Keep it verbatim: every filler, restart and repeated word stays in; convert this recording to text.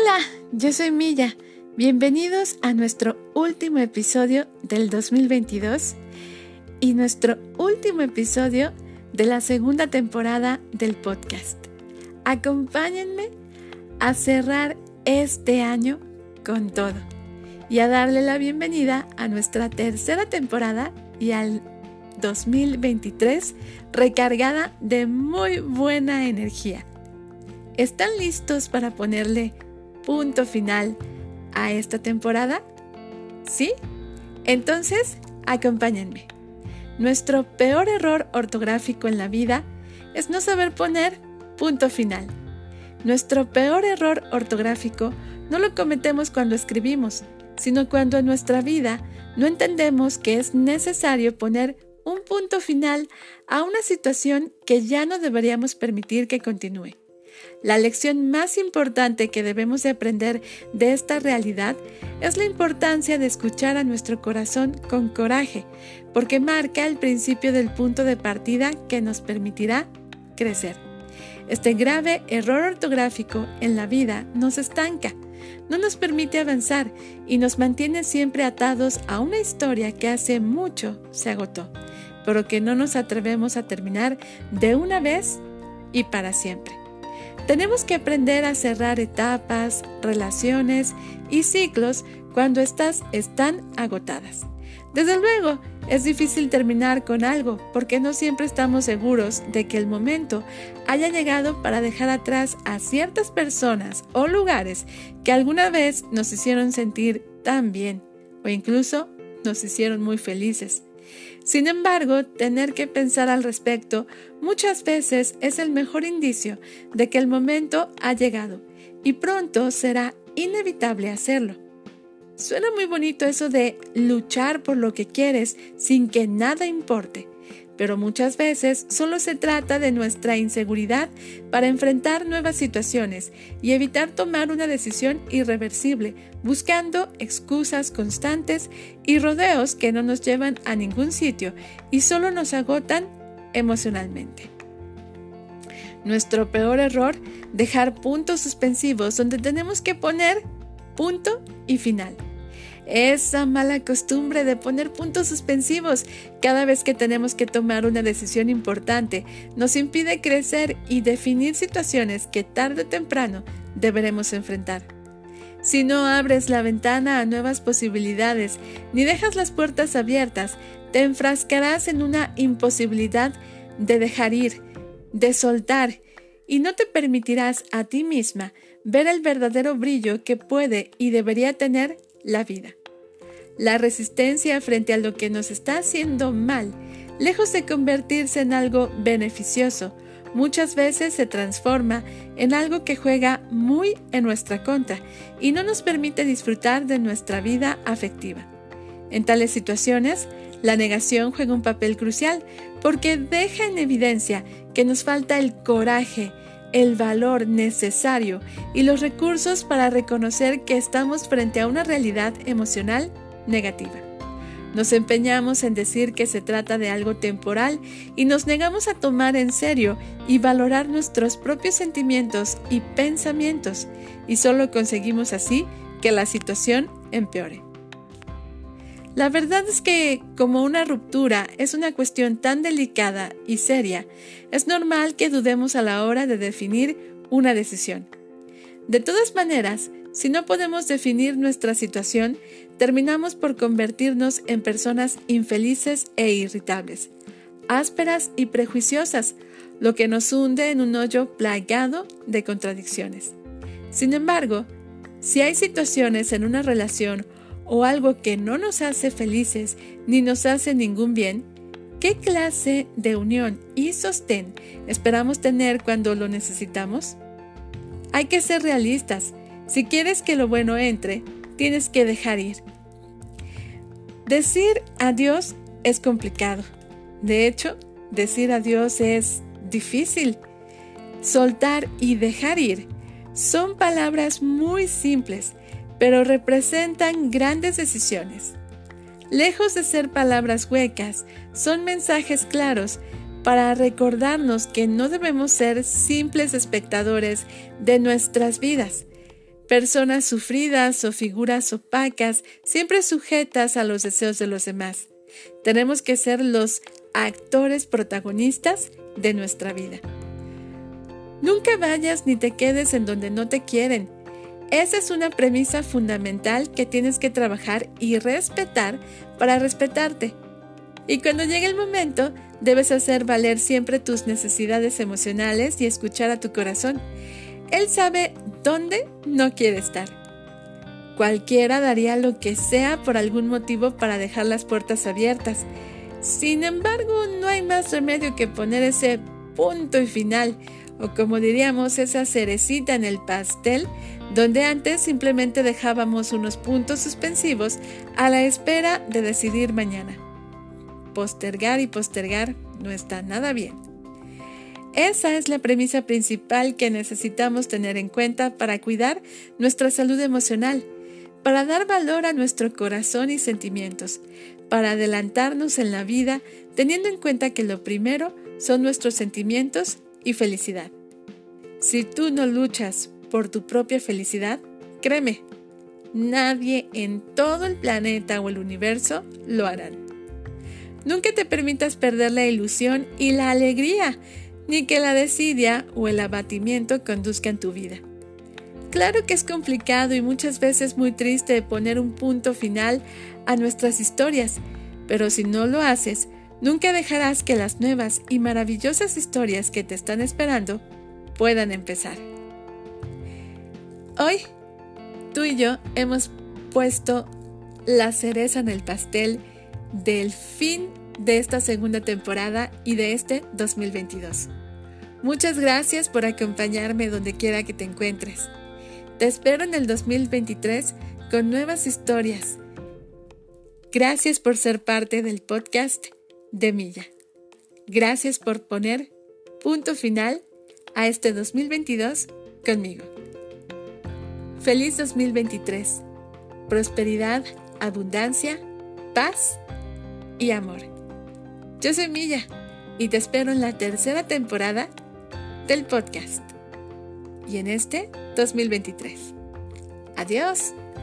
Hola, yo soy Milla. Bienvenidos a nuestro último episodio del dos mil veintidós y nuestro último episodio de la segunda temporada del podcast. Acompáñenme a cerrar este año con todo y a darle la bienvenida a nuestra tercera temporada y al dos mil veintitrés recargada de muy buena energía. ¿Están listos para ponerle punto final a esta temporada? ¿Sí? Entonces, acompáñenme. Nuestro peor error ortográfico en la vida es no saber poner punto final. Nuestro peor error ortográfico no lo cometemos cuando escribimos, sino cuando en nuestra vida no entendemos que es necesario poner un punto final a una situación que ya no deberíamos permitir que continúe. La lección más importante que debemos de aprender de esta realidad es la importancia de escuchar a nuestro corazón con coraje, porque marca el principio del punto de partida que nos permitirá crecer. Este grave error ortográfico en la vida nos estanca, no nos permite avanzar y nos mantiene siempre atados a una historia que hace mucho se agotó, pero que no nos atrevemos a terminar de una vez y para siempre. Tenemos que aprender a cerrar etapas, relaciones y ciclos cuando estas están agotadas. Desde luego, es difícil terminar con algo porque no siempre estamos seguros de que el momento haya llegado para dejar atrás a ciertas personas o lugares que alguna vez nos hicieron sentir tan bien o incluso nos hicieron muy felices. Sin embargo, tener que pensar al respecto muchas veces es el mejor indicio de que el momento ha llegado y pronto será inevitable hacerlo. Suena muy bonito eso de luchar por lo que quieres sin que nada importe, pero muchas veces solo se trata de nuestra inseguridad para enfrentar nuevas situaciones y evitar tomar una decisión irreversible, buscando excusas constantes y rodeos que no nos llevan a ningún sitio y solo nos agotan emocionalmente. Nuestro peor error, dejar puntos suspensivos donde tenemos que poner punto y final. Esa mala costumbre de poner puntos suspensivos cada vez que tenemos que tomar una decisión importante nos impide crecer y definir situaciones que tarde o temprano deberemos enfrentar. Si no abres la ventana a nuevas posibilidades ni dejas las puertas abiertas, te enfrascarás en una imposibilidad de dejar ir, de soltar, y no te permitirás a ti misma ver el verdadero brillo que puede y debería tener la vida. La resistencia frente a lo que nos está haciendo mal, lejos de convertirse en algo beneficioso, muchas veces se transforma en algo que juega muy en nuestra contra y no nos permite disfrutar de nuestra vida afectiva. En tales situaciones, la negación juega un papel crucial porque deja en evidencia que nos falta el coraje, el valor necesario y los recursos para reconocer que estamos frente a una realidad emocional negativa. Nos empeñamos en decir que se trata de algo temporal y nos negamos a tomar en serio y valorar nuestros propios sentimientos y pensamientos, y solo conseguimos así que la situación empeore. La verdad es que, como una ruptura es una cuestión tan delicada y seria, es normal que dudemos a la hora de definir una decisión. De todas maneras, si no podemos definir nuestra situación, terminamos por convertirnos en personas infelices e irritables, ásperas y prejuiciosas, lo que nos hunde en un hoyo plagado de contradicciones. Sin embargo, si hay situaciones en una relación o algo que no nos hace felices ni nos hace ningún bien, ¿qué clase de unión y sostén esperamos tener cuando lo necesitamos? Hay que ser realistas. Si quieres que lo bueno entre, tienes que dejar ir. Decir adiós es complicado. De hecho, decir adiós es difícil. Soltar y dejar ir son palabras muy simples, pero representan grandes decisiones. Lejos de ser palabras huecas, son mensajes claros para recordarnos que no debemos ser simples espectadores de nuestras vidas, personas sufridas o figuras opacas, siempre sujetas a los deseos de los demás. Tenemos que ser los actores protagonistas de nuestra vida. Nunca vayas ni te quedes en donde no te quieren. Esa es una premisa fundamental que tienes que trabajar y respetar para respetarte. Y cuando llegue el momento, debes hacer valer siempre tus necesidades emocionales y escuchar a tu corazón. Él sabe dónde no quiere estar. Cualquiera daría lo que sea por algún motivo para dejar las puertas abiertas. Sin embargo, no hay más remedio que poner ese punto y final, o como diríamos, esa cerecita en el pastel, donde antes simplemente dejábamos unos puntos suspensivos a la espera de decidir mañana. Postergar y postergar no está nada bien. Esa es la premisa principal que necesitamos tener en cuenta para cuidar nuestra salud emocional, para dar valor a nuestro corazón y sentimientos, para adelantarnos en la vida teniendo en cuenta que lo primero son nuestros sentimientos y felicidad. Si tú no luchas por tu propia felicidad, créeme, nadie en todo el planeta o el universo lo harán. Nunca te permitas perder la ilusión y la alegría, ni que la desidia o el abatimiento conduzcan tu vida. Claro que es complicado y muchas veces muy triste poner un punto final a nuestras historias, pero si no lo haces, nunca dejarás que las nuevas y maravillosas historias que te están esperando puedan empezar. Hoy, tú y yo hemos puesto la cereza en el pastel del fin de esta segunda temporada y de este dos mil veintidós. Muchas gracias por acompañarme donde quiera que te encuentres. Te espero en el dos mil veintitrés con nuevas historias. Gracias por ser parte del podcast de Milla. Gracias por poner punto final a este dos mil veintidós conmigo. Feliz dos mil veintitrés. Prosperidad, abundancia, paz y amor. Yo soy Milla y te espero en la tercera temporada del podcast y en este dos mil veintitrés. Adiós.